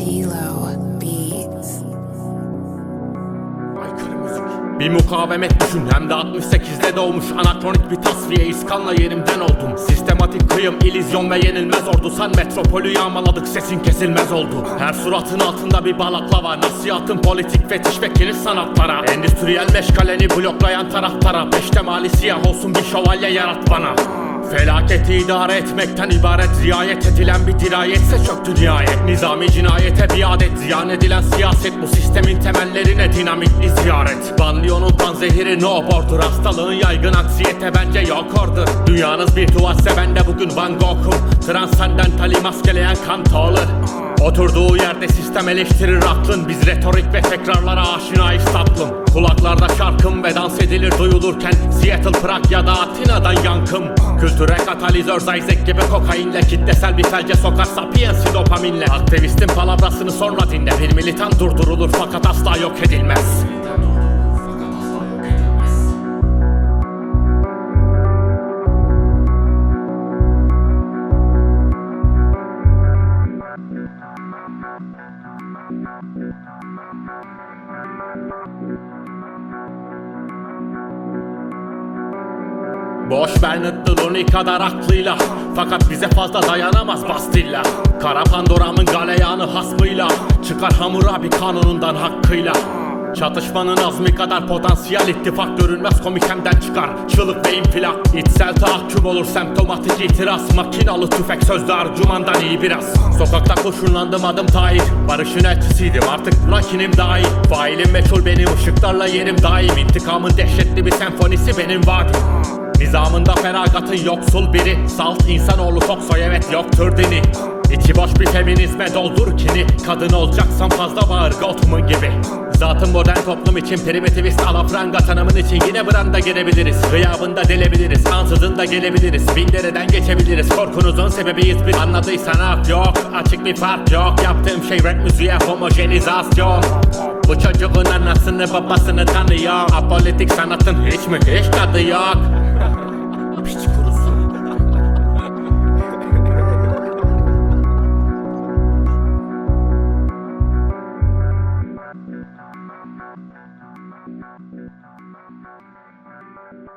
Elo Beats. Bir mukavemet düşün, hem de 68'de doğmuş. Anakronik bir tasfiye, iskanla yerimden oldum. Sistematik kıyım, illüzyon ve yenilmez ordu. Sen metropolü yağmaladık, sesin kesilmez oldu. Her suratın altında bir balaklava. Nasihatın politik fetiş ve kilit sanatlara. Endüstriyel meşgaleni bloklayan taraftara. Beşte mali siyah olsun, bir şövalye yarat bana. Felaketi idare etmekten ibaret, riayet edilen bir dirayetse çöktü nihayet. Nizami cinayete bir adet, ziyan edilen siyaset. Bu sistemin temellerine dinamitli ziyaret. Banliyonun panzehiri no border, hastalığın yaygın aksiyete bence yok order. Dünyanız bir tuvalse ben de bugün Van Gogh'um. Transcendentali maskeleyen Kant olur. Oturduğu yerde sistem eleştirir aklın. Biz retorik ve tekrarlara aşinayız tatlım. Kulaklarda şarkım ve dans edilir duyulurken Seattle, Prag ya da Atina'dan yankım. Kültüre katalizör Isaac gibi kokainle kitlesel bir felce sokar sapiensi dopaminle. Aktivistin palavrasını sonra dinle. Bir militan durdurulur fakat asla yok edilmez. Boş Bernard Looney kadar aklıyla, fakat bize fazla dayanamaz Bastilla. Kara Pandora'mın galeyanı hasmıyla, çıkar Hammurabi kanunundan hakkıyla. Çatışmanın azmi kadar potansiyel, ittifak görünmez komik hemden çıkar çığlık ve infilak. İçsel tahakküm olur semptomatik itiraz. Makinalı tüfek sözde argümandan iyi biraz. Sokakta kurşunlandım adım Tahir, barışın elçisiydim artık rakinim dahil. Failim meçhul benim, ışıklarla yerim daim. İntikamın dehşetli bir senfonisi benim vadim. Nizamında feragatın yoksul biri. Salt insanoğlu Foksoy, evet yoktur dini. İçi boş bir feminizme doldur kini. Kadın olacaksan fazla bağır Gotham gibi. Zaten modern toplum için primitivist alafranga tanımın için yine branda girebiliriz. Gıyabında delebiliriz, ansızın gelebiliriz. Bindereden geçebiliriz, korkunuzun sebebiyiz biz. Anladıysan hak yok, açık bir fark yok. Yaptığım şey rap müziğe homojenizasyon. Bu çocuğun anasını babasını tanıyor. Apolitik sanatın hiç mi hiç tadı yok.